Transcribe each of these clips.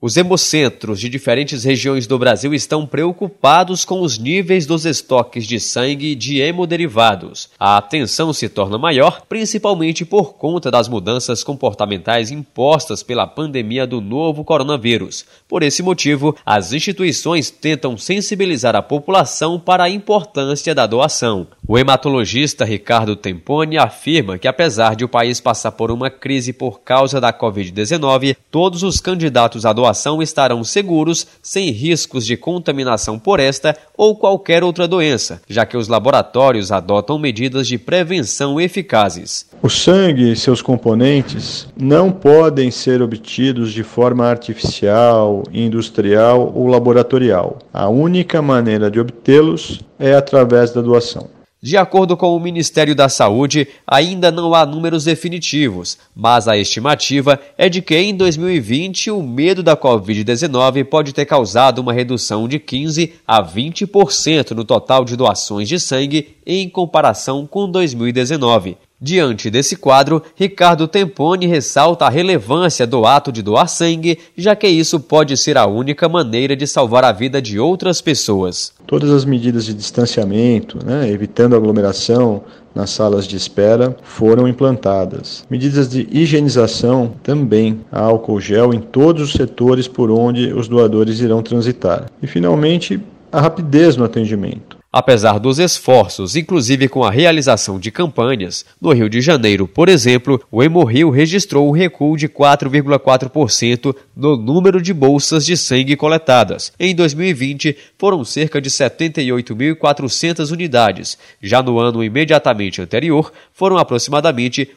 Os hemocentros de diferentes regiões do Brasil estão preocupados com os níveis dos estoques de sangue e de hemoderivados. A atenção se torna maior, principalmente por conta das mudanças comportamentais impostas pela pandemia do novo coronavírus. Por esse motivo, as instituições tentam sensibilizar a população para a importância da doação. O hematologista Ricardo Temponi afirma que, apesar de o país passar por uma crise por causa da Covid-19, todos os candidatos à doação estarão seguros, sem riscos de contaminação por esta ou qualquer outra doença, já que os laboratórios adotam medidas de prevenção eficazes. O sangue e seus componentes não podem ser obtidos de forma artificial, industrial ou laboratorial. A única maneira de obtê-los é através da doação. De acordo com o Ministério da Saúde, ainda não há números definitivos, mas a estimativa é de que em 2020 o medo da Covid-19 pode ter causado uma redução de 15% a 20% no total de doações de sangue em comparação com 2019. Diante desse quadro, Ricardo Temponi ressalta a relevância do ato de doar sangue, já que isso pode ser a única maneira de salvar a vida de outras pessoas. Todas as medidas de distanciamento, evitando aglomeração nas salas de espera, foram implantadas. Medidas de higienização também, álcool gel em todos os setores por onde os doadores irão transitar. E, finalmente, a rapidez no atendimento. Apesar dos esforços, inclusive com a realização de campanhas, no Rio de Janeiro, por exemplo, o Hemorrio registrou um recuo de 4,4% no número de bolsas de sangue coletadas. Em 2020, foram cerca de 78.400 unidades. Já no ano imediatamente anterior, foram aproximadamente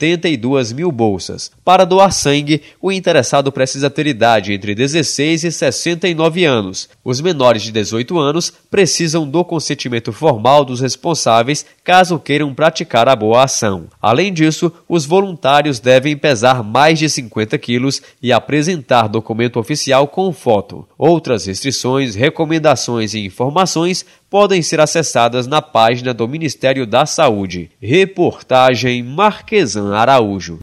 82 mil bolsas. Para doar sangue, o interessado precisa ter idade entre 16 e 69 anos. Os menores de 18 anos precisam do consentimento formal dos responsáveis caso queiram praticar a boa ação. Além disso, os voluntários devem pesar mais de 50 quilos e apresentar documento oficial com foto. Outras restrições, recomendações e informações podem ser acessadas na página do Ministério da Saúde. Reportagem Marquesan Araújo.